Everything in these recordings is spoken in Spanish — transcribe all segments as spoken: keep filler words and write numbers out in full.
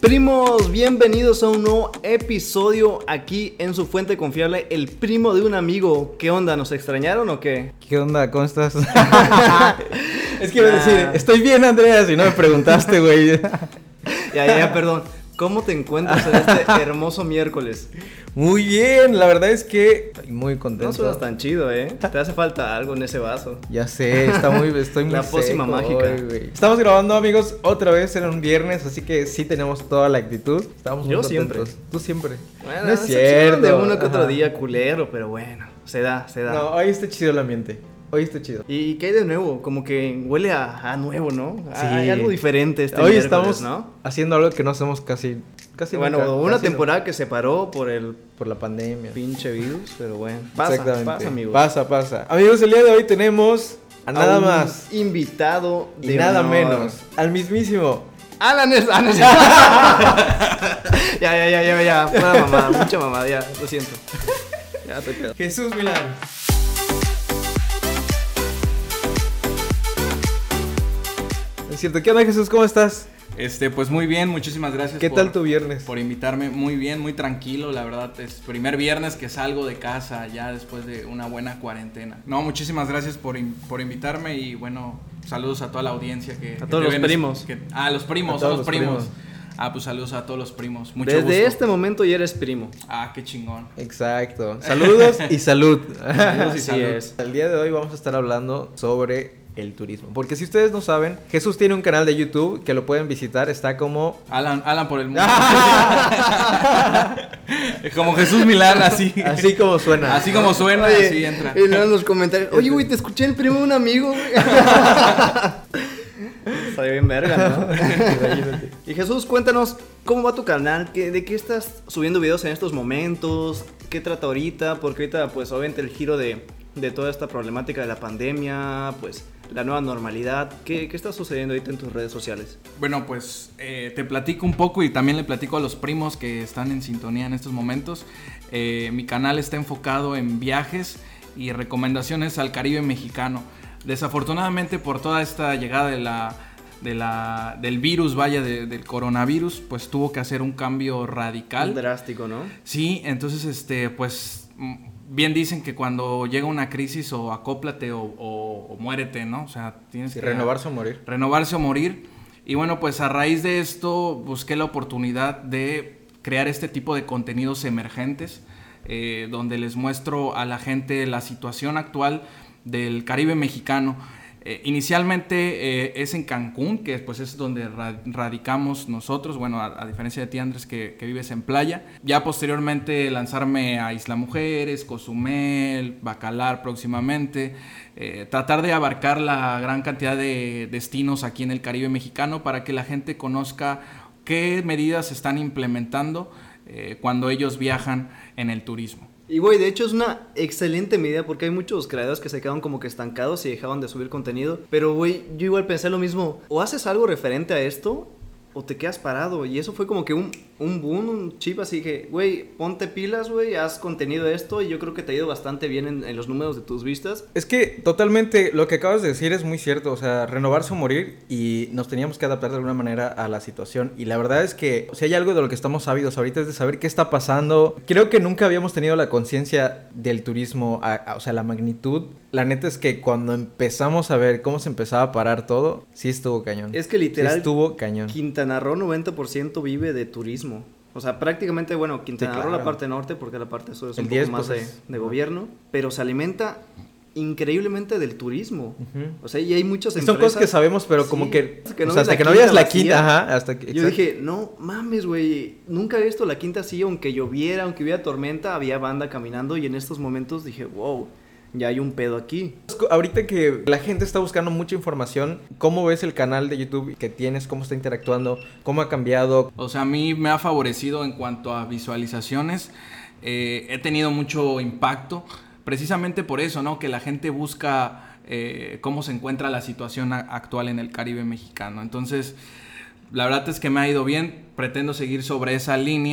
Primos, bienvenidos a un nuevo episodio aquí en su fuente confiable, el primo de un amigo. ¿Qué onda? ¿Nos extrañaron o qué? ¿Qué onda? ¿Cómo estás? Es que iba a decir, estoy bien, Andrea, si no me preguntaste, güey. Ya, ya, ya, perdón. ¿Cómo te encuentras en este hermoso miércoles? Muy bien, la verdad es que estoy muy contento. No suenas tan chido, ¿eh? Te hace falta algo en ese vaso. Ya sé, está muy, estoy muy La pócima seco mágica. hoy, güey. Estamos grabando, amigos, otra vez en un viernes, así que sí tenemos toda la actitud. Estamos muy Yo contentos. siempre. Tú siempre. Bueno, no es se cierto. chingan de uno que otro Ajá. día culero, pero bueno, se da, se da. No, hoy está chido el ambiente. Hoy está chido. ¿Y qué hay de nuevo? Como que huele a, a nuevo, ¿no? Sí. Hay algo diferente este Hoy miércoles, estamos ¿no? haciendo algo que no hacemos casi, casi Bueno, nunca, una casi temporada que se paró por el no, por la pandemia. pinche virus, pero bueno. Pasa, Exactamente. pasa, amigos. Pasa, pasa. Amigos, el día de hoy tenemos a nada un más invitado y de nada honor. menos al mismísimo. Alan es... Alan es- ya, ya, ya, ya, ya. Pura mamada, mucha mamada, ya, lo siento. Ya estoy pedo. Jesús Milán. Es cierto. ¿Qué onda, Jesús? ¿Cómo estás? Este, pues muy bien, muchísimas gracias. ¿Qué por, tal tu viernes? Por invitarme, muy bien, muy tranquilo, la verdad, es primer viernes que salgo de casa ya después de una buena cuarentena. No, muchísimas gracias por, in, por invitarme y bueno, saludos a toda la audiencia que... A que todos te los ven, primos. Que, ah, los primos, A son todos los los primos. primos. Ah, pues saludos a todos los primos, mucho Desde gusto. este momento ya eres primo. Ah, qué chingón. Exacto. Saludos y salud. Saludos y Sí salud. es. El día de hoy vamos a estar hablando sobre el turismo. Porque si ustedes no saben, Jesús tiene un canal de YouTube que lo pueden visitar. Está como... Alan, Alan por el mundo. Como Jesús Milán, así. Así como suena. Así como suena, Oye, así entra. Y luego en los comentarios, oye, güey, te escuché el primo de un amigo, güey. Está bien verga, ¿no? Imagínate. Y Jesús, cuéntanos, ¿cómo va tu canal? ¿Qué, ¿De qué estás subiendo videos en estos momentos? ¿Qué trata ahorita? Porque ahorita, pues, obviamente el giro de, de toda esta problemática de la pandemia, pues, la nueva normalidad. ¿Qué, qué está sucediendo ahorita en tus redes sociales? Bueno, pues eh, te platico un poco y también le platico a los primos que están en sintonía en estos momentos. Eh, mi canal está enfocado en viajes y recomendaciones al Caribe mexicano. Desafortunadamente, por toda esta llegada de la, de la, del virus, vaya, de, del coronavirus, pues tuvo que hacer un cambio radical. Drástico, ¿no? Sí, entonces, este, pues, bien dicen que cuando llega una crisis o acóplate o, o, o muérete, ¿no? O sea, tienes Sí, que... renovarse o morir. Renovarse o morir. Y bueno, pues a raíz de esto busqué la oportunidad de crear este tipo de contenidos emergentes, eh, donde les muestro a la gente la situación actual del Caribe mexicano. Eh, inicialmente eh, es en Cancún, que pues es donde ra- radicamos nosotros, bueno, a, a diferencia de ti, Andrés, que, que vives en playa. Ya posteriormente lanzarme a Isla Mujeres, Cozumel, Bacalar próximamente, eh, tratar de abarcar la gran cantidad de destinos aquí en el Caribe mexicano para que la gente conozca qué medidas se están implementando eh, cuando ellos viajan en el turismo. Y güey, de hecho es una excelente medida porque hay muchos creadores que se quedaron como que estancados y dejaban de subir contenido. Pero güey, yo igual pensé lo mismo, o haces algo referente a esto o te quedas parado. Y eso fue como que un, un boom, un chip así que, güey, ponte pilas, güey, haz contenido de esto y yo creo que te ha ido bastante bien en, en los números de tus vistas. Es que totalmente lo que acabas de decir es muy cierto, o sea, renovarse o morir y nos teníamos que adaptar de alguna manera a la situación y la verdad es que si hay algo de lo que estamos ávidos ahorita es de saber qué está pasando. Creo que nunca habíamos tenido la conciencia del turismo, a, a, o sea, la magnitud. La neta es que cuando empezamos a ver cómo se empezaba a parar todo, sí estuvo cañón. Es que literal, sí estuvo cañón. Quintana Roo noventa por ciento vive de turismo. O sea, prácticamente, bueno, Quintana Sí, Roo claro. la parte norte, porque la parte sur es El un diez, poco más pues, de, es- de gobierno, pero se alimenta increíblemente del turismo. Ujú. O sea, y hay muchas Son empresas... cosas que sabemos, pero como Sí, que, que no o sea, ves hasta la que no quinta veas la vacía. quinta, ajá, hasta que... Yo exacto. dije, no mames, güey, nunca he visto la quinta así, aunque lloviera, aunque hubiera tormenta, había banda caminando y en estos momentos dije, wow, ya hay un pedo aquí. Ahorita que la gente está buscando mucha información, ¿cómo ves el canal de YouTube que tienes? ¿Cómo está interactuando? ¿Cómo ha cambiado? O sea, a mí me ha favorecido en cuanto a visualizaciones. Eh, he tenido mucho impacto, precisamente por eso, ¿no? Que la gente busca eh, cómo se encuentra la situación a- actual en el Caribe mexicano. Entonces, la verdad es que me ha ido bien. Pretendo seguir sobre esa línea.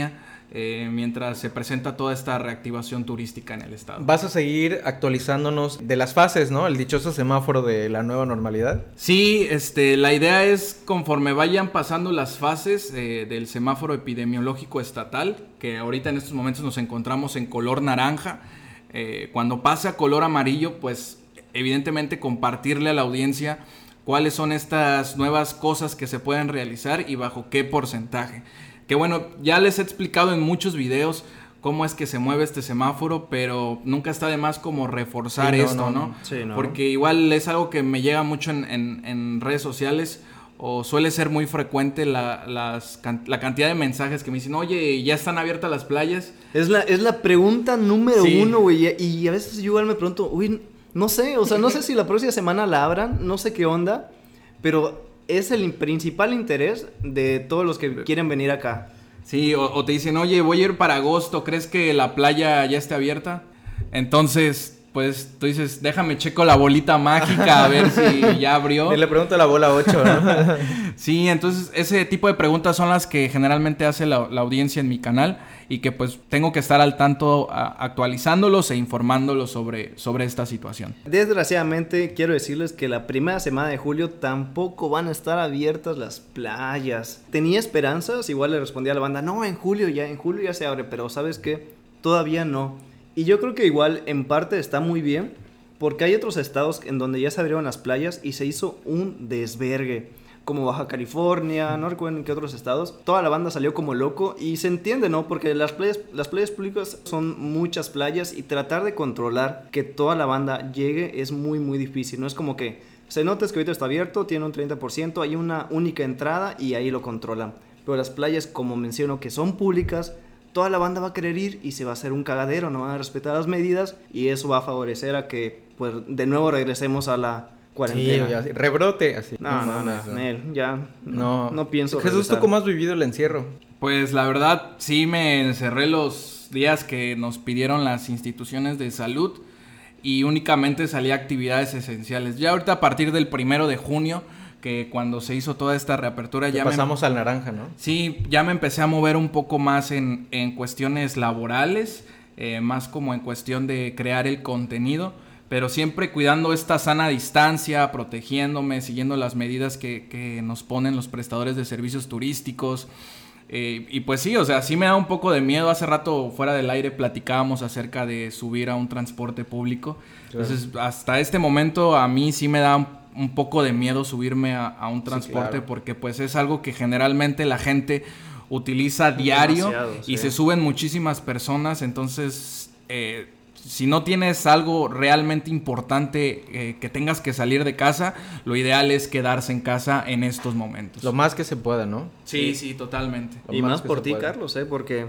eh, mientras se presenta toda esta reactivación turística en el estado. Vas a seguir actualizándonos de las fases, ¿no? El dichoso semáforo de la nueva normalidad. Sí, este, la idea es conforme vayan pasando las fases eh, del semáforo epidemiológico estatal, que ahorita en estos momentos nos encontramos en color naranja, eh, cuando pase a color amarillo, pues evidentemente compartirle a la audiencia cuáles son estas nuevas cosas que se pueden realizar y bajo qué porcentaje. Que bueno, ya les he explicado en muchos videos cómo es que se mueve este semáforo, pero nunca está de más como reforzar sí, no, esto, no, ¿no? no. Sí, no. Porque igual es algo que me llega mucho en, en, en redes sociales, o suele ser muy frecuente la, las, la cantidad de mensajes que me dicen, oye, ¿ya están abiertas las playas? Es la, es la pregunta número Sí. uno, güey. Y, y a veces yo igual me pregunto, uy, no sé, o sea, no sé si la próxima semana la abran, no sé qué onda, pero es el principal interés de todos los que quieren venir acá. Sí, o, o te dicen, oye, voy a ir para agosto, ¿crees que la playa ya esté abierta? Entonces, pues tú dices, déjame checo la bolita mágica a ver si ya abrió. Y le pregunto a la bola ocho, ¿no? Sí, entonces ese tipo de preguntas son las que generalmente hace la, la audiencia en mi canal y que pues tengo que estar al tanto a, actualizándolos e informándolos sobre, sobre esta situación. Desgraciadamente, quiero decirles que la primera semana de julio tampoco van a estar abiertas las playas. Tenía esperanzas, igual le respondí a la banda, no, en julio ya, en julio ya se abre, pero ¿sabes qué? Todavía no. Y yo creo que igual en parte está muy bien, porque hay otros estados en donde ya se abrieron las playas y se hizo un desvergue. Como Baja California, no recuerdo en qué otros estados, toda la banda salió como loco y se entiende, ¿no? Porque las playas, las playas públicas son muchas playas y tratar de controlar que toda la banda llegue es muy muy difícil, no es como que se nota que ahorita está abierto, tiene un treinta por ciento, hay una única entrada y ahí lo controlan, pero las playas, como menciono, que son públicas, toda la banda va a querer ir y se va a hacer un cagadero, no van a respetar las medidas y eso va a favorecer a que pues de nuevo regresemos a la cuarentena. Sí, así, rebrote, así. No, no, no, no. Nel, ya No, no, no pienso Jesús, regresar. ¿tú cómo has vivido el encierro? Pues la verdad sí me encerré los días que nos pidieron las instituciones de salud y únicamente salí a actividades esenciales. Ya ahorita a partir del primero de junio, que cuando se hizo toda esta reapertura ya pasamos me... al naranja, ¿no? Sí, ya me empecé a mover un poco más en, en cuestiones laborales, eh, más como en cuestión de crear el contenido, pero siempre cuidando esta sana distancia, protegiéndome, siguiendo las medidas que, que nos ponen los prestadores de servicios turísticos. Eh, y pues sí, o sea, sí me da un poco de miedo. Hace rato fuera del aire platicábamos acerca de subir a un transporte público. Claro. Entonces, hasta este momento a mí sí me da un, un poco de miedo subirme a, a un transporte, sí, claro, porque pues es algo que generalmente la gente utiliza diario y sí, se suben muchísimas personas. Entonces, eh, si no tienes algo realmente importante eh, que tengas que salir de casa, lo ideal es quedarse en casa en estos momentos. Lo más que se pueda, ¿no? Sí, sí, totalmente. Lo y más, más por ti, pueda. Carlos, ¿eh? Porque,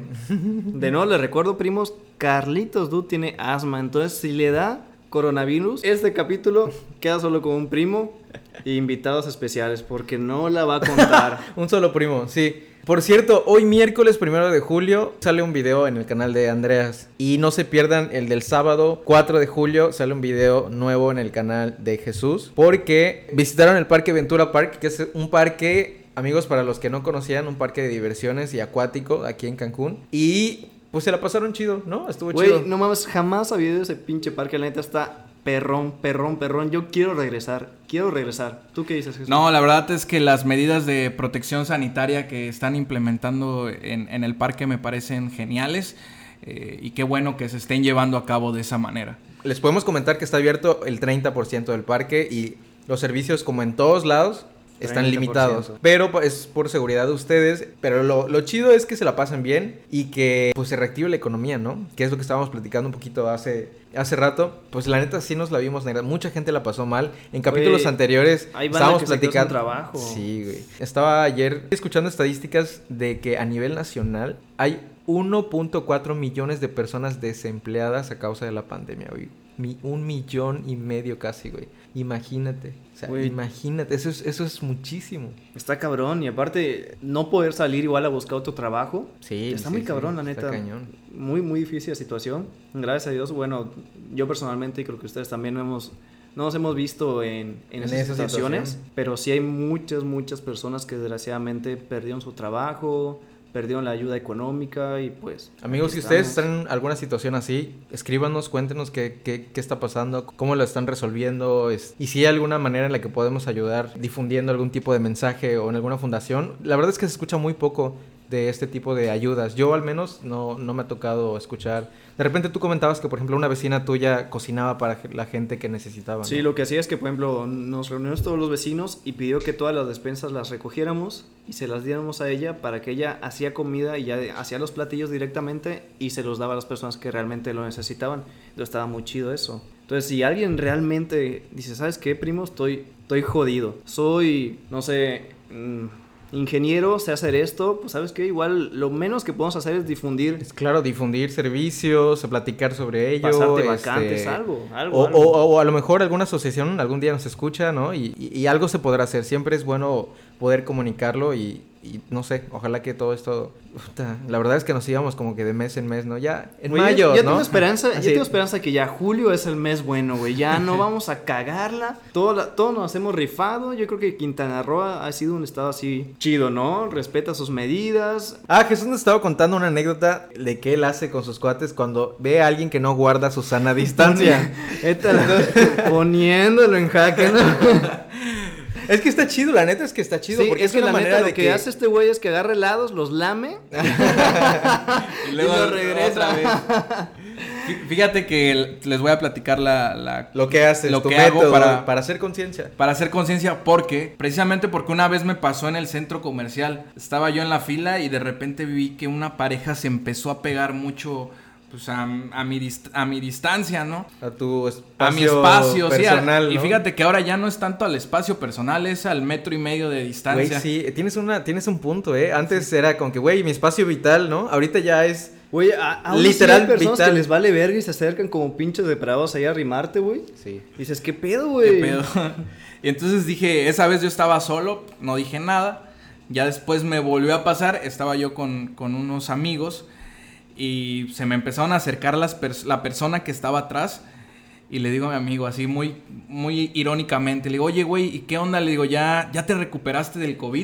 de nuevo les recuerdo, primos, Carlitos Dude tiene asma. Entonces, si le da coronavirus, este capítulo queda solo con un primo e invitados especiales, porque no la va a contar. Un solo primo, sí. Por cierto, hoy miércoles primero de julio sale un video en el canal de Andreas. Y no se pierdan el del sábado cuatro de julio, sale un video nuevo en el canal de Jesús. Porque visitaron el Parque Ventura Park, que es un parque, amigos, para los que no conocían, un parque de diversiones y acuático aquí en Cancún. Y pues se la pasaron chido, ¿no? Estuvo Wey, chido. No mames, jamás había ido a ese pinche parque, la neta está... Perrón, perrón, perrón. Yo quiero regresar, quiero regresar. ¿Tú qué dices, Jesús? No, la verdad es que las medidas de protección sanitaria que están implementando en, en el parque me parecen geniales. Eh, y qué bueno que se estén llevando a cabo de esa manera. Les podemos comentar que está abierto el treinta por ciento del parque y los servicios, como en todos lados, están treinta por ciento limitados, pero es por seguridad de ustedes. Pero lo, lo chido es que se la pasen bien y que pues se reactive la economía, ¿no? Que es lo que estábamos platicando un poquito hace, hace rato. Pues la neta sí nos la vimos negra. Mucha gente la pasó mal. En capítulos wey, anteriores estábamos platicando. Trabajo. Sí, güey. Estaba ayer escuchando estadísticas de que a nivel nacional hay uno punto cuatro millones de personas desempleadas a causa de la pandemia, güey. Mi, un millón y medio casi, güey. Imagínate. O sea, wey, imagínate. Eso es, eso es muchísimo. Está cabrón. Y aparte, no poder salir igual a buscar otro trabajo. Sí. Está sí, muy cabrón, sí, la neta. Está cañón. Muy, muy difícil la situación. Gracias a Dios. Bueno, yo personalmente y creo que ustedes también hemos... No nos hemos visto en, en, en esas esa situaciones. Situación. Pero sí hay muchas, muchas personas que desgraciadamente perdieron su trabajo... perdieron la ayuda económica y pues... Amigos, si ustedes están en alguna situación así, escríbanos, cuéntenos qué, qué, qué está pasando, cómo lo están resolviendo es, y si hay alguna manera en la que podemos ayudar difundiendo algún tipo de mensaje o en alguna fundación. La verdad es que se escucha muy poco de este tipo de ayudas. Yo al menos no, no me ha tocado escuchar. De repente tú comentabas que, por ejemplo, una vecina tuya cocinaba para la gente que necesitaba, ¿no? Sí, lo que hacía es que, por ejemplo, nos reunimos todos los vecinos y pidió que todas las despensas las recogiéramos y se las diéramos a ella para que ella hacía comida y ya hacía los platillos directamente y se los daba a las personas que realmente lo necesitaban. Entonces estaba muy chido eso. Entonces, si alguien realmente dice, ¿sabes qué, primo? Estoy, estoy jodido. Soy, no sé... Mmm, ingeniero, sé hacer esto, pues sabes que igual lo menos que podemos hacer es difundir. Es claro, difundir servicios, platicar sobre ello. Pasarte este, vacantes, algo, algo, o, algo. O, o a lo mejor alguna asociación algún día nos escucha, ¿no? Y, y, y algo se podrá hacer. Siempre es bueno poder comunicarlo y, y no sé, ojalá que todo esto... Puta, la verdad es que nos íbamos como que de mes en mes, ¿no? Ya en Güey, mayo, ya, ya ¿no? tengo esperanza, ya Así. tengo esperanza que ya julio es el mes bueno, güey. Ya no vamos a cagarla. Todo, la, todo nos hemos rifado. Yo creo que Quintana Roo ha sido un estado así chido, ¿no? Respeta sus medidas. Ah, Jesús nos estaba contando una anécdota de qué él hace con sus cuates cuando ve a alguien que no guarda su sana distancia. Poniéndolo en jaque, ¿no? Es que está chido, la neta es que está chido. Sí, porque es que una la manera neta de lo que, que hace este güey es que agarra helados, los lame y luego y lo regresa. otra vez. Fíjate que les voy a platicar la, la lo que haces, lo tu que método hago para, para hacer conciencia. Para hacer conciencia, porque precisamente porque una vez me pasó en el centro comercial. Estaba yo en la fila y de repente vi que una pareja se empezó a pegar mucho, pues a, a, mi, dist a mi distancia, ¿no? A tu espacio A mi espacio, personal, sí. A, ¿no? Y fíjate que ahora ya no es tanto al espacio personal, es al metro y medio de distancia. Güey, sí, tienes, una, tienes un punto, ¿eh? Antes sí. Era como que, güey, mi espacio vital, ¿no? Ahorita ya es... Güey, a, a literal, hay personas vital. Que les vale verga y se acercan como pinches depravados ahí a arrimarte, güey. Sí. Dices, ¿qué pedo, güey? ¿Qué pedo? Y entonces dije, esa vez yo estaba solo, no dije nada. Ya después me volvió a pasar, estaba yo con, con unos amigos y se me empezaron a acercar las pers la persona que estaba atrás. Y le digo a mi amigo así muy, muy irónicamente, le digo, oye, güey, ¿y qué onda? Le digo, ¿ya, ya te recuperaste del COVID?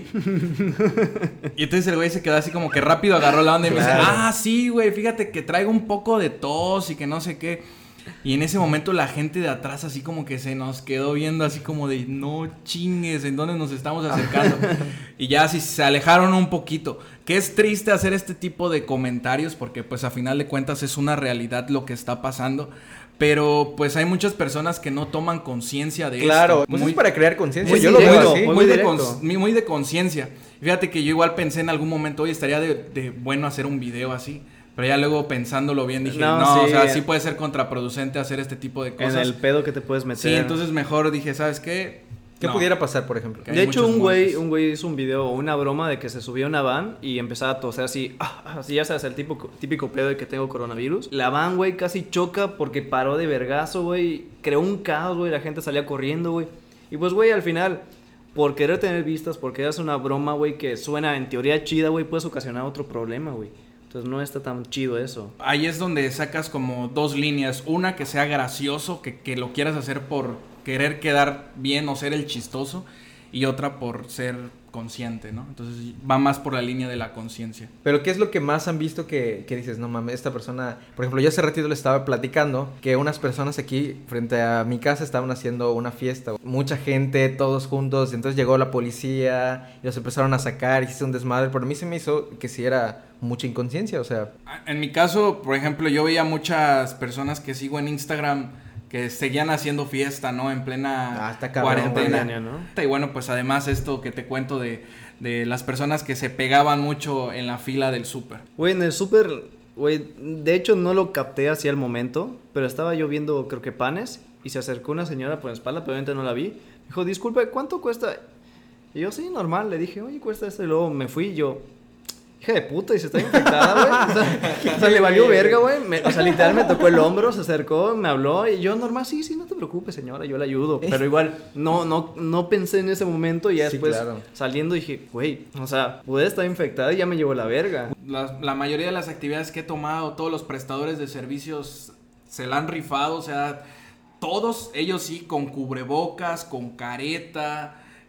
Y entonces el güey se quedó así como que rápido agarró la onda y claro. Me dice, ah, sí, güey, fíjate que traigo un poco de tos y que no sé qué. Y en ese momento la gente de atrás así como que se nos quedó viendo así como de, no chingues, ¿en dónde nos estamos acercando? Y ya así se alejaron un poquito. Que es triste hacer este tipo de comentarios porque pues a final de cuentas es una realidad lo que está pasando. Pero pues hay muchas personas que no toman conciencia de claro, esto. Pues muy, es para crear conciencia. Yo lo veo así. Muy, muy, muy, de con, muy de conciencia. Fíjate que yo igual pensé en algún momento, oye, estaría de, de bueno hacer un video así. Pero ya luego pensándolo bien dije, no, no sí, o sea, sí puede ser contraproducente hacer este tipo de cosas. En el pedo que te puedes meter. Sí, entonces mejor dije, ¿sabes qué? ¿Qué no. pudiera pasar, por ejemplo? De hecho, un güey, un güey hizo un video, una broma de que se subía a una van y empezaba a toser así, ah, así ya sabes, el típico, típico pedo de que tengo coronavirus. La van, güey, casi choca porque paró de vergazo, güey, creó un caos, güey, la gente salía corriendo, güey. Y pues, güey, al final, por querer tener vistas, por querer hacer una broma, güey, que suena en teoría chida, güey, puedes ocasionar otro problema, güey. Entonces no está tan chido eso. Ahí es donde sacas como dos líneas. Una que sea gracioso, que, que lo quieras hacer por querer quedar bien o ser el chistoso. Y otra por ser consciente, ¿no? Entonces va más por la línea de la conciencia. Pero ¿qué es lo que más han visto que, que dices, no mames, esta persona... Por ejemplo, yo hace ratito le estaba platicando que unas personas aquí frente a mi casa estaban haciendo una fiesta. Mucha gente, todos juntos. Entonces llegó la policía y los empezaron a sacar y hizo un desmadre. Pero a mí se me hizo que sí era mucha inconsciencia, o sea... En mi caso, por ejemplo, yo veía muchas personas que sigo en Instagram... que seguían haciendo fiesta, ¿no? En plena ah, cabrón, cuarentena, ¿no? Y bueno, pues además esto que te cuento de, de las personas que se pegaban mucho en la fila del súper. Güey, en el súper, güey, de hecho no lo capté así al momento, pero estaba yo viendo, creo que panes, y se acercó una señora por la espalda, pero obviamente no la vi. Dijo, disculpe, ¿cuánto cuesta? Y yo, sí, normal, le dije, oye, cuesta esto, y luego me fui y yo... Hija de puta, y se está infectada, güey. O sea, o sea, le valió verga, güey. O sea, literal me tocó el hombro, se acercó, me habló. Y yo normal, sí, sí, no te preocupes, señora, yo le ayudo. Pero igual, no, no, no pensé en ese momento. Y ya sí, después, claro. Saliendo, dije, güey, o sea, pude estar infectada y ya me llevó la verga. La, la mayoría de las actividades que he tomado, todos los prestadores de servicios se la han rifado. O sea, todos ellos sí, con cubrebocas, con careta...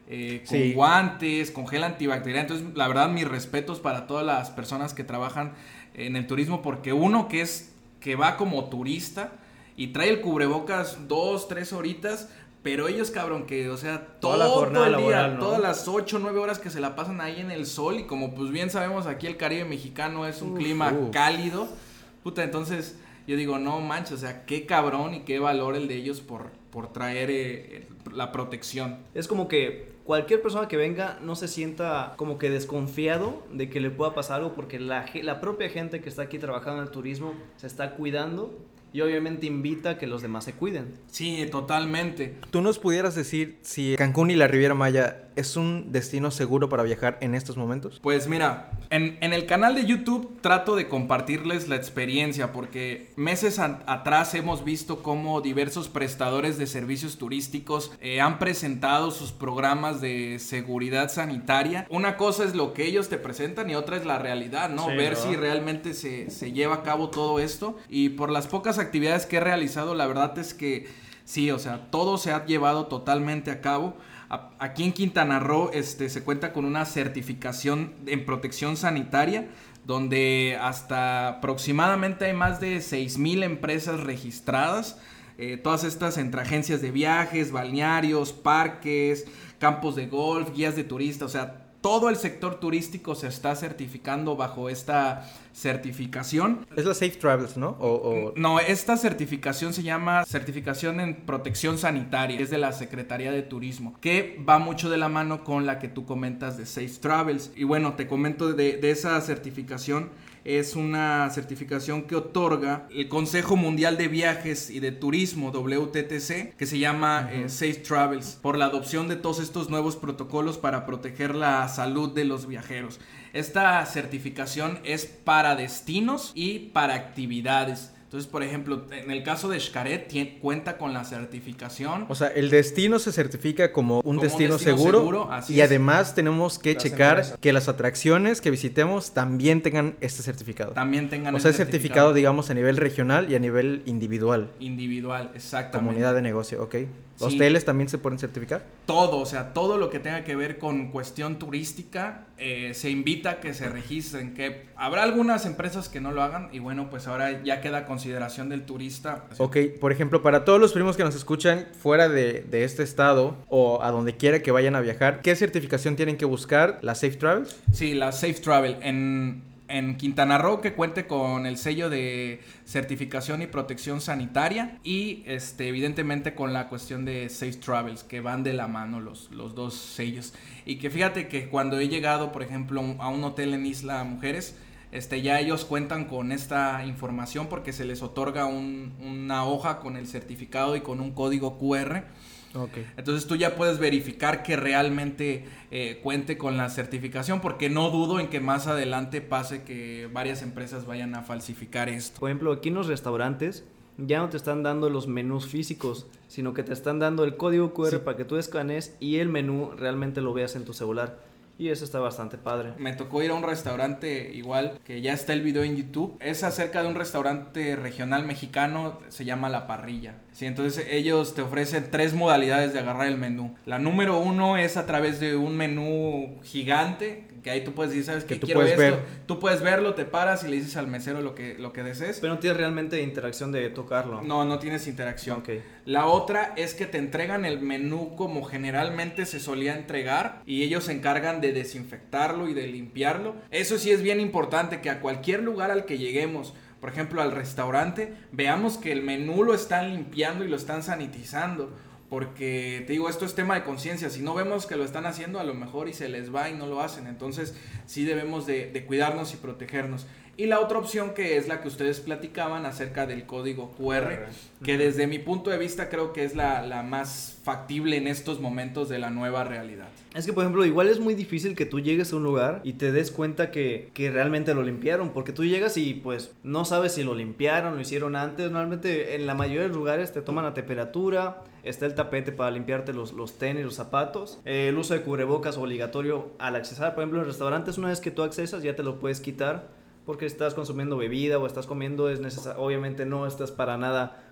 eh, con Sí. guantes, con gel antibacterial. Entonces, la verdad, mis respetos para todas las personas que trabajan en el turismo, porque uno que es que va como turista y trae el cubrebocas dos, tres horitas, pero ellos, cabrón, que, o sea, todo Toda la jornada el día, laboral, ¿no? todas las ocho, nueve horas que se la pasan ahí en el sol, y como pues bien sabemos, aquí el Caribe mexicano es un Uf, clima uf. cálido, puta, entonces yo digo, no manches, o sea, qué cabrón y qué valor el de ellos por, por traer eh, la protección. Es como que cualquier persona que venga no se sienta como que desconfiado de que le pueda pasar algo, porque la, ge- la propia gente que está aquí trabajando en el turismo se está cuidando y obviamente invita a que los demás se cuiden. Sí, totalmente. ¿Tú nos pudieras decir si Cancún y la Riviera Maya es un destino seguro para viajar en estos momentos? Pues mira, en, en el canal de YouTube trato de compartirles la experiencia, porque meses an- atrás hemos visto cómo diversos prestadores de servicios turísticos eh, han presentado sus programas de seguridad sanitaria. Una cosa es lo que ellos te presentan y otra es la realidad, ¿no? Sí, Ver ¿no? si realmente se, se lleva a cabo todo esto. Y por las pocas actividades que he realizado, la verdad es que sí, o sea, todo se ha llevado totalmente a cabo. A- Aquí en Quintana Roo este, se cuenta con una certificación en protección sanitaria, donde hasta aproximadamente hay más de seis mil empresas registradas. Eh, todas estas entre agencias de viajes, balnearios, parques, campos de golf, guías de turistas, o sea, todo el sector turístico se está certificando bajo esta certificación. Es la Safe Travels, ¿no? O, o- No, esta certificación se llama Certificación en Protección Sanitaria, es de la Secretaría de Turismo, que va mucho de la mano con la que tú comentas de Safe Travels. Y bueno, te comento de, de esa certificación. Es una certificación que otorga el Consejo Mundial de Viajes y de Turismo, W T T C, que se llama uh-huh. eh, Safe Travels, por la adopción de todos estos nuevos protocolos para proteger la salud de los viajeros. Esta certificación es para destinos y para actividades. Entonces, por ejemplo, en el caso de Xcaret, tiene, cuenta con la certificación. O sea, el destino se certifica como un, como destino, un destino seguro, seguro así y es. además tenemos que Las checar empresas. que las atracciones que visitemos también tengan este certificado. También tengan O el sea, es certificado, digamos, a nivel regional y a nivel individual. individual, exactamente. Comunidad de negocio, ok. Sí. ¿Hoteles también se pueden certificar? Todo, o sea, todo lo que tenga que ver con cuestión turística, eh, se invita a que se registren, que habrá algunas empresas que no lo hagan y bueno, pues ahora ya queda a consideración del turista. Ok, por ejemplo, para todos los primos que nos escuchan fuera de, de este estado o a donde quiera que vayan a viajar, ¿qué certificación tienen que buscar? ¿La Safe Travels? Sí, la Safe Travel. En, en Quintana Roo, que cuente con el sello de certificación y protección sanitaria y este, evidentemente con la cuestión de Safe Travels, que van de la mano los, los dos sellos. Y que fíjate que cuando he llegado, por ejemplo, a un hotel en Isla Mujeres, Este, ya ellos cuentan con esta información porque se les otorga un, una hoja con el certificado y con un código Q R. Okay. Entonces tú ya puedes verificar que realmente eh, cuente con la certificación, porque no dudo en que más adelante pase que varias empresas vayan a falsificar esto. Por ejemplo, aquí en los restaurantes ya no te están dando los menús físicos, sino que te están dando el código Q R sí. para que tú escanees y el menú realmente lo veas en tu celular. Y eso está bastante padre. Me tocó ir a un restaurante igual, que ya está el video en YouTube. Es acerca de un restaurante regional mexicano, se llama La Parrilla. Sí, entonces ellos te ofrecen tres modalidades de agarrar el menú. La número uno es a través de un menú gigante, que ahí tú puedes decir, ¿sabes qué? Quiero esto. Ver. Tú puedes verlo, te paras y le dices al mesero lo que, lo que desees. Pero no tienes realmente interacción de tocarlo. No, no tienes interacción. Okay. La otra es que te entregan el menú como generalmente se solía entregar y ellos se encargan de desinfectarlo y de limpiarlo. Eso sí es bien importante, que a cualquier lugar al que lleguemos, por ejemplo al restaurante, veamos que el menú lo están limpiando y lo están sanitizando. Porque, te digo, esto es tema de conciencia. Si no vemos que lo están haciendo, a lo mejor y se les va y no lo hacen. Entonces, sí debemos de, de cuidarnos y protegernos. Y la otra opción, que es la que ustedes platicaban acerca del código Q R, que desde mi punto de vista creo que es la, la más factible en estos momentos de la nueva realidad. Es que, por ejemplo, igual es muy difícil que tú llegues a un lugar y te des cuenta que, que realmente lo limpiaron, porque tú llegas y pues no sabes si lo limpiaron, lo hicieron antes. Normalmente en la mayoría de los lugares te toman la temperatura, está el tapete para limpiarte los, los tenis, los zapatos, eh, el uso de cubrebocas obligatorio al accesar. Por ejemplo, en restaurantes, una vez que tú accesas ya te lo puedes quitar, porque estás consumiendo bebida o estás comiendo, es necesario, obviamente no estás para nada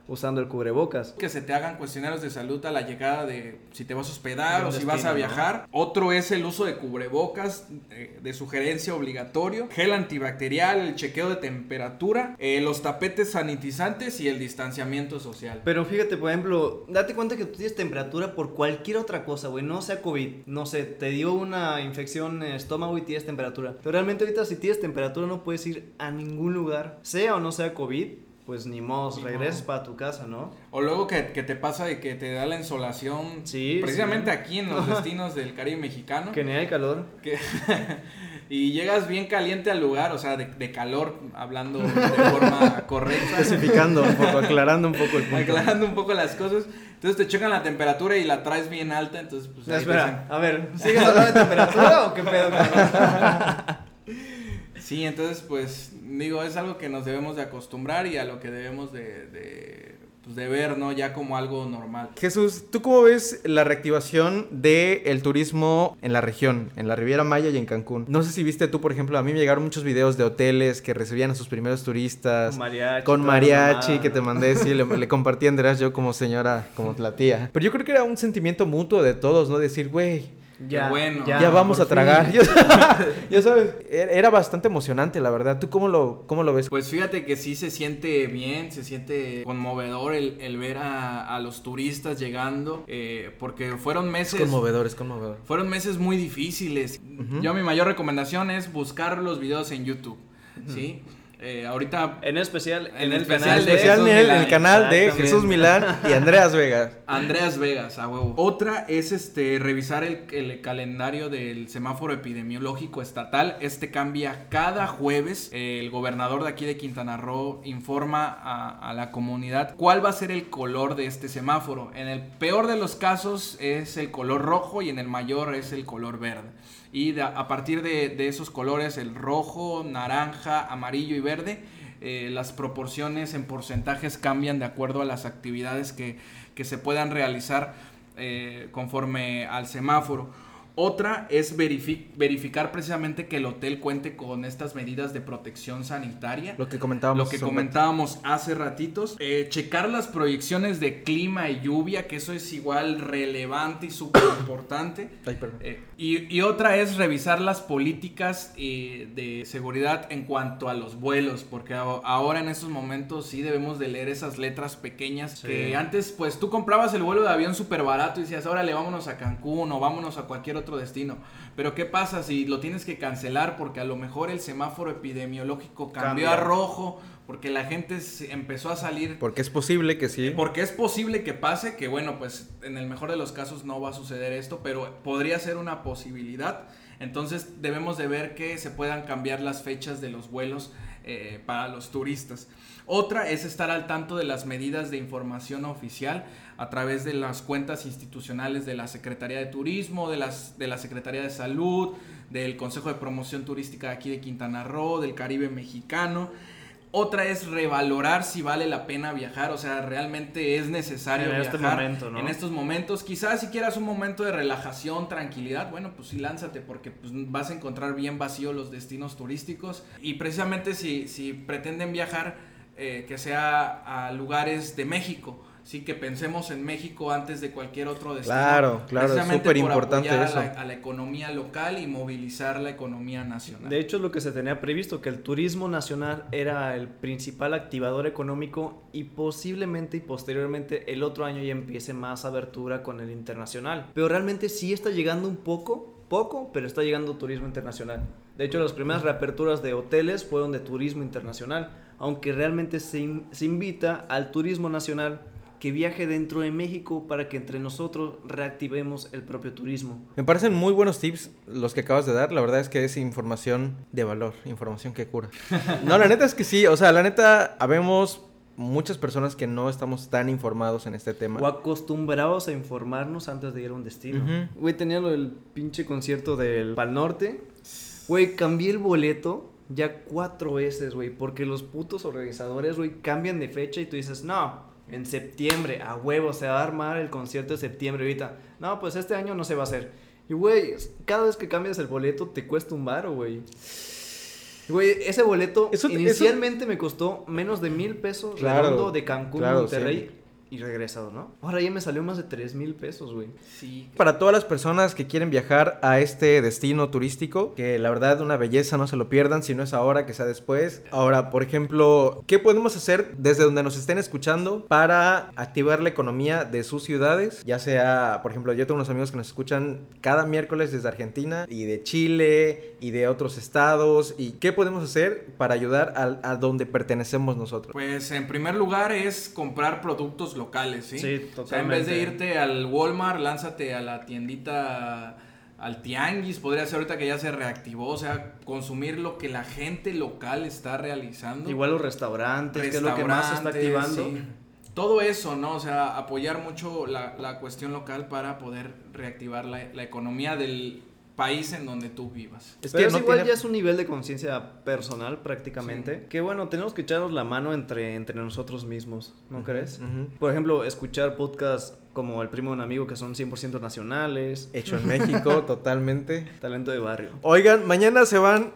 usando el cubrebocas. Que se te hagan cuestionarios de salud a la llegada de si te vas a hospedar De o un si destino, vas a viajar. ¿no? Otro es el uso de cubrebocas eh, de sugerencia obligatorio, gel antibacterial, el chequeo de temperatura, eh, los tapetes sanitizantes y el distanciamiento social. Pero fíjate, por ejemplo, date cuenta que tú tienes temperatura por cualquier otra cosa, güey, no sea COVID, no sé, te dio una infección en el estómago y tienes temperatura. Pero realmente ahorita si tienes temperatura no puedes ir a ningún lugar, sea o no sea COVID, pues ni modo, regresas para tu casa, ¿no? O luego que, que te pasa de que te da la insolación, sí, precisamente sí. aquí en los destinos del Caribe mexicano. Que ni hay calor. Que y llegas bien caliente al lugar, o sea, de, de calor, hablando de forma correcta. Especificando un poco, aclarando un poco el punto. Aclarando un poco las cosas. Entonces te checan la temperatura y la traes bien alta, entonces pues... No, ahí espera, dicen... a ver, ¿sigues hablando de temperatura o qué pedo? Sí, entonces pues digo, es algo que nos debemos de acostumbrar y a lo que debemos de, de, pues, de ver, ¿no? Ya como algo normal. Jesús, ¿tú cómo ves la reactivación del turismo en la región, en la Riviera Maya y en Cancún? No sé si viste tú, por ejemplo, a mí me llegaron muchos videos de hoteles que recibían a sus primeros turistas. Con mariachi. Con mariachi, que te mandé, sí, le, le compartí a Andrés, yo como señora, como la tía. Pero yo creo que era un sentimiento mutuo de todos, ¿no? Decir, güey... Ya, bueno, ya, ya vamos a tragar. fin. Ya sabes, era bastante emocionante, la verdad. ¿Tú cómo lo, cómo lo ves? Pues fíjate que sí se siente bien, se siente conmovedor el, el ver a, a los turistas llegando, eh, porque fueron meses... Es conmovedor, es conmovedor. Fueron meses muy difíciles. Uh-huh. Yo mi mayor recomendación es buscar los videos en YouTube, uh-huh. ¿sí? Eh, ahorita... En especial en, en el especial canal de de especial Jesús en el, Milán, el canal de Jesús Milán y Andreas Vegas. Andreas Vegas, a huevo. Otra es este revisar el, el calendario del semáforo epidemiológico estatal. Este cambia cada jueves. Eh, el gobernador de aquí de Quintana Roo informa a, a la comunidad cuál va a ser el color de este semáforo. En el peor de los casos es el color rojo y en el mayor es el color verde. Y de, a partir de, de esos colores, el rojo, naranja, amarillo y verde, eh, las proporciones en porcentajes cambian de acuerdo a las actividades que, que se puedan realizar eh, conforme al semáforo. Otra es verific- verificar precisamente que el hotel cuente con estas medidas de protección sanitaria. Lo que comentábamos. Lo que comentábamos hace ratitos. Eh, checar las proyecciones de clima y lluvia, que eso es igual relevante y súper importante. Ay, perdón. Eh, y, y otra es revisar las políticas eh, de seguridad en cuanto a los vuelos, porque a, ahora en estos momentos sí debemos de leer esas letras pequeñas, sí. Que antes pues tú comprabas el vuelo de avión súper barato y decías, órale, vámonos a Cancún o vámonos a cualquier otro otro destino, pero ¿qué pasa si lo tienes que cancelar porque a lo mejor el semáforo epidemiológico cambió Cambia. a rojo, porque la gente empezó a salir? Porque es posible que sí. Porque es posible que pase, que bueno, pues en el mejor de los casos no va a suceder esto, pero podría ser una posibilidad. Entonces debemos de ver que se puedan cambiar las fechas de los vuelos eh, para los turistas. Otra es estar al tanto de las medidas de información oficial a través de las cuentas institucionales de la Secretaría de Turismo, de, las, de la Secretaría de Salud, del Consejo de Promoción Turística de aquí de Quintana Roo, del Caribe mexicano. Otra es revalorar si vale la pena viajar, o sea, realmente es necesario en viajar este momento, ¿no? en estos momentos. Quizás si quieras un momento de relajación, tranquilidad, bueno, pues sí, lánzate, porque pues, vas a encontrar bien vacíos los destinos turísticos. Y precisamente si, si pretenden viajar, eh, que sea a lugares de México. Sí, que pensemos en México antes de cualquier otro destino. Claro, claro, es súper importante eso. A la, a la economía local y movilizar la economía nacional. De hecho, es lo que se tenía previsto, que el turismo nacional era el principal activador económico y posiblemente y posteriormente el otro año ya empiece más abertura con el internacional. Pero realmente sí está llegando un poco, poco, pero está llegando turismo internacional. De hecho, las primeras reaperturas de hoteles fueron de turismo internacional, aunque realmente se, in, se invita al turismo nacional que viaje dentro de México para que entre nosotros reactivemos el propio turismo. Me parecen muy buenos tips los que acabas de dar. La verdad es que es información de valor, información que cura. No, la neta es que sí. O sea, la neta, habemos muchas personas que no estamos tan informados en este tema. O acostumbrados a informarnos antes de ir a un destino. Uh-huh. Güey, tenía lo del pinche concierto del Pal Norte. Güey, cambié el boleto ya cuatro veces, güey, porque los putos organizadores, güey, cambian de fecha y tú dices, no, en septiembre, a huevo, se va a armar el concierto de septiembre ahorita. No, pues este año no se va a hacer. Y, güey, cada vez que cambias el boleto te cuesta un varo, güey. Güey, ese boleto Eso- inicialmente me costó menos de mil pesos Claro, redondo de Cancún claro, a Monterrey sí. y regresado, ¿no? Ahora ya me salió más de tres mil pesos, güey. Sí. Para todas las personas que quieren viajar a este destino turístico, que la verdad una belleza, no se lo pierdan, si no es ahora, que sea después. Ahora, por ejemplo, ¿qué podemos hacer desde donde nos estén escuchando para activar la economía de sus ciudades? Ya sea, por ejemplo, yo tengo unos amigos que nos escuchan cada miércoles desde Argentina y de Chile y de otros estados. ¿Y qué podemos hacer para ayudar a, a donde pertenecemos nosotros? Pues en primer lugar es comprar productos locales, ¿sí? Sí, O sea, en vez de totalmente. irte al Walmart, lánzate a la tiendita, al tianguis, podría ser ahorita que ya se reactivó, o sea, consumir lo que la gente local está realizando. Igual los restaurantes, que es lo que más se está Restaurantes, activando. sí. Todo eso, ¿no? O sea, apoyar mucho la, la cuestión local para poder reactivar la, la economía del país en donde tú vivas. Es Pero que es no igual tiene- ya es un nivel de conciencia personal prácticamente. Sí. Que bueno, tenemos que echarnos la mano entre, entre nosotros mismos, ¿no Ujú, crees? ujú. Por ejemplo, escuchar podcasts como El Primo de un Amigo que son cien por ciento nacionales. Hecho en México, totalmente. Talento de barrio. Oigan, mañana se van,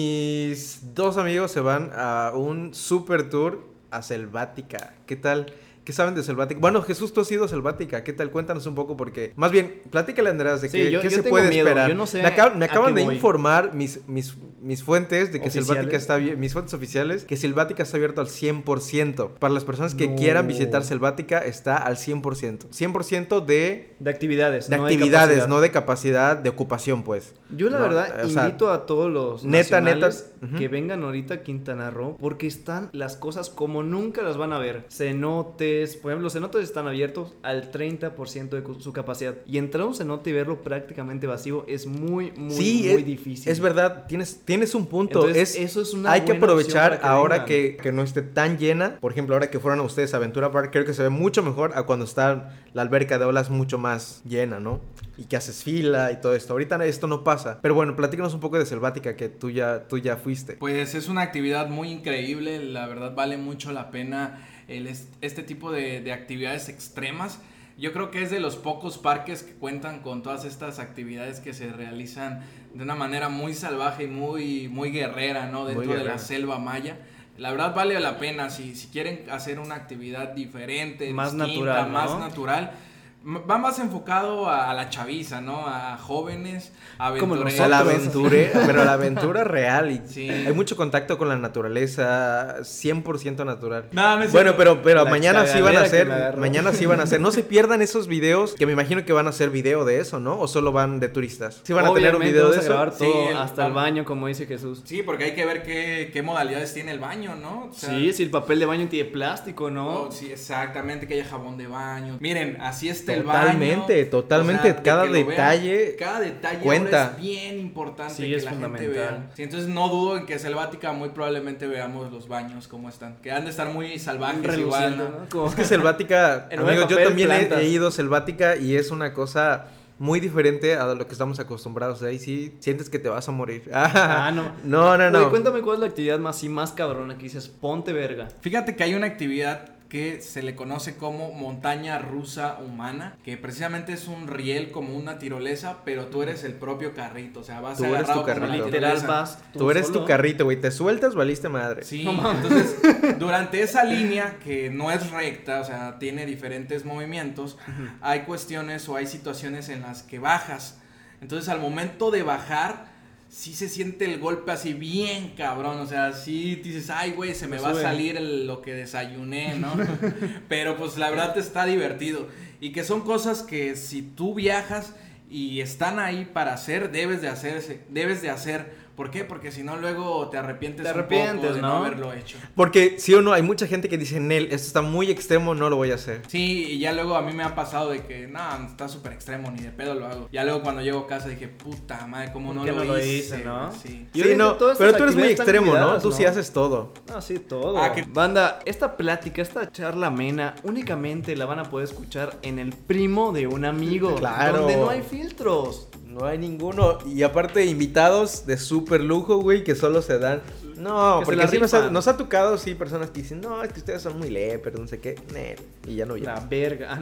mis dos amigos se van a un super tour a Selvática. ¿Qué tal? ¿Qué saben de Selvática? Bueno, Jesús, tú has ido a Selvática. ¿Qué tal? Cuéntanos un poco porque... Más bien, platícale, Andrés, de Sí, qué, yo- qué yo se tengo puede miedo, esperar. yo no sé me, acab- me a acaban qué de voy. informar mis, mis, mis fuentes de que ¿Oficiales? Selvática está abierto, mis fuentes oficiales, que Selvática está abierto al cien por ciento. Para las personas que No. quieran visitar Selvática, está al cien por ciento. cien por ciento de... De actividades. De no actividades, capacidad. no de capacidad, de ocupación, pues. Yo la No, verdad o sea, invito a todos los neta, nacionales neta, ujú. que vengan ahorita a Quintana Roo porque están las cosas como nunca las van a ver. Cenotes, por ejemplo, los cenotes están abiertos al treinta por ciento de cu- su capacidad y entrar a un cenote y verlo prácticamente vacío es muy, muy, sí, muy es, difícil. es verdad, tienes, tienes un punto. Entonces, es, eso es una hay que buena aprovechar opción para que ahora vengan. que, que no esté tan llena. Por ejemplo, ahora que fueron ustedes a Aventura Park, creo que se ve mucho mejor a cuando está la alberca de olas mucho más llena, ¿no? Y que haces fila y todo esto. Ahorita esto no pasa. Pero bueno, platícanos un poco de Selvática, que tú ya, tú ya fuiste. Pues es una actividad muy increíble, la verdad vale mucho la pena el, es- este tipo de, de actividades extremas. Yo creo que es de los pocos parques que cuentan con todas estas actividades que se realizan de una manera muy salvaje y muy, muy guerrera, ¿no? Dentro de guerrera. la selva maya. La verdad vale la pena, si, si quieren hacer una actividad diferente, Más distinta, natural, ¿no? más natural. m- Va más enfocado a, a la chaviza, ¿no? A jóvenes, Como aventureros. A la nosotros. aventura, pero la aventura real. Y Sí. hay mucho contacto con la naturaleza, cien por ciento natural. No, no es Bueno, cierto. pero, pero La mañana sí van a cagadera que hacer, me agarró. mañana sí van a hacer. No se pierdan esos videos, que me imagino que van a hacer video de eso, ¿no? O solo van de turistas. Sí van a tener un Obviamente video de vamos a eso. grabar Sí, todo, el- hasta el baño, como dice Jesús. Sí, porque hay que ver qué, qué modalidades tiene el baño, ¿no? O sea, Sí, si el papel de baño tiene plástico, ¿no? oh, sí, exactamente, que haya jabón de baño. Miren, así está el baño. Totalmente, totalmente, de cada que lo vean, detalle cada detalle cuenta. ahora es bien importante Sí, que es la gente fundamental. vea. Sí, entonces no dudo en que Selvática muy probablemente veamos los baños como están. Que han de estar muy salvajes igual, Reluciendo, ¿no? ¿no? Como- Es que Selvática, En lugar de amigos, yo papel, también he, plantas. he ido a Selvática y es una cosa muy diferente a lo que estamos acostumbrados. Ahí sí sientes que te vas a morir. Ah, no. No, no, no. Oye, cuéntame cuál es la actividad más, así, más cabrona que dices, ponte verga. Fíjate que hay una actividad que se le conoce como montaña rusa humana, que precisamente es un riel como una tirolesa, pero tú eres el propio carrito, o sea, vas Tú eres agarrado tu como la carrito. Literal tirolesa. vas Tú eres solo. tu carrito, güey. Te sueltas, valiste madre. Sí, No mames. entonces durante esa línea que no es recta, o sea, tiene diferentes movimientos, hay cuestiones o hay situaciones en las que bajas. Entonces al momento de bajar, sí se siente el golpe así bien cabrón, o sea, sí dices, ay güey, se me Me va a sube. salir el- lo que desayuné, ¿no? Pero pues la verdad te está divertido. Y que son cosas que si tú viajas y están ahí para hacer, debes de hacerse, debes de hacer. ¿Por qué? Porque si no luego te arrepientes, Te un arrepientes, poco de no, ¿no? haberlo hecho. Porque sí o no, hay mucha gente que dice, Nel, esto está muy extremo, no lo voy a hacer. Sí, y ya luego a mí me ha pasado de que, no, está súper extremo, ni de pedo lo hago. Ya luego cuando llego a casa dije, puta madre, cómo ¿Por no qué lo, no lo hice, hice, no? Sí. Y Sí, ahorita no, todas pero estas tú eres muy actividades están extremo, ¿no? cuidadas, Tú sí haces todo. Ah, sí, todo. Ah, que- Banda, esta plática, esta charla amena, únicamente la van a poder escuchar en El Primo de un Amigo. Claro. Donde no hay filtros. No hay ninguno. Y aparte, invitados de súper lujo, güey, que solo se dan. No, Que se porque la sí nos ha, rifan. nos ha tocado, sí, personas que dicen, no, es que ustedes son muy lepers, no sé qué. Nel. Y ya no La vienen. verga.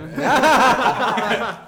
Ah,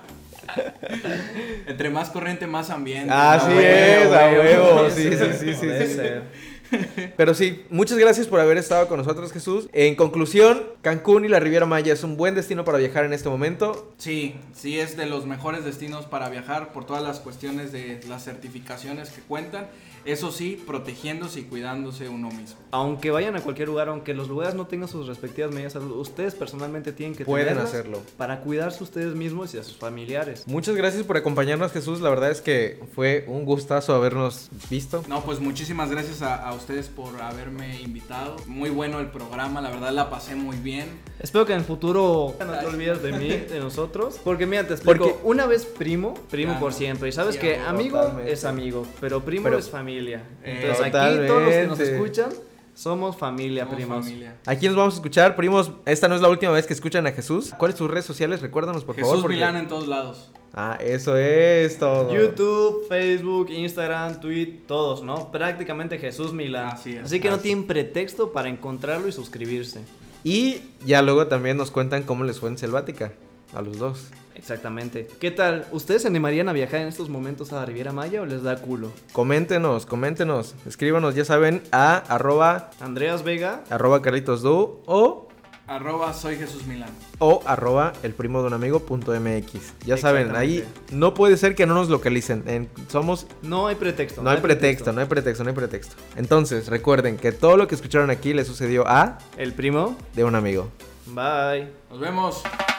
Entre más corriente, más ambiente. Así ¿no? es, a huevo, huevo. puede Sí, sí, ser, sí, sí, puede sí. ser. Pero sí, muchas gracias por haber estado con nosotros, Jesús. En conclusión, Cancún y la Riviera Maya es un buen destino para viajar en este momento. Sí, sí es de los mejores destinos para viajar por todas las cuestiones de las certificaciones que cuentan. Eso sí, protegiéndose y cuidándose uno mismo. Aunque vayan a cualquier lugar, aunque los lugares no tengan sus respectivas medidas de salud, ustedes personalmente tienen que Pueden tenerlas hacerlo. para cuidarse ustedes mismos y a sus familiares. Muchas gracias por acompañarnos, Jesús. La verdad es que fue un gustazo habernos visto. No, pues muchísimas gracias a, a ustedes por haberme invitado. Muy bueno el programa, la verdad la pasé muy bien. Espero que en el futuro no te olvides de mí, de nosotros. Porque mira, te explico. Porque una vez primo, primo Claro. por siempre. Y sabes Sí, que amigo, amigo totalmente. es amigo, pero primo Pero- es familia. Eh, Entonces aquí Totalmente. todos los que nos escuchan somos familia, Somos primos. familia. Aquí nos vamos a escuchar, primos. Esta no es la última vez que escuchan a Jesús. ¿Cuáles tus redes sociales? Recuérdanos, por Jesús favor. porque- Milán en todos lados. Ah, eso es todo. YouTube, Facebook, Instagram, Twitter, todos, ¿no? Prácticamente Jesús Milán. Así es. Así que no Así. tienen pretexto para encontrarlo y suscribirse. Y ya luego también nos cuentan cómo les fue en Selvática. A los dos. Exactamente. ¿Qué tal? ¿Ustedes se animarían a viajar en estos momentos a la Riviera Maya o les da culo? Coméntenos, coméntenos. Escríbanos, ya saben, a arroba, Andreas Vega. arroba carlitosdu o, Arroba soy Jesús Milán. o arroba el primo de un amigo punto mx. Ya saben, ahí Exactamente. no puede ser que no nos localicen. En- somos... No hay pretexto. No hay pretexto, no hay pretexto, no hay pretexto. Entonces, recuerden que todo lo que escucharon aquí le sucedió a El primo. de un amigo. Bye. Nos vemos.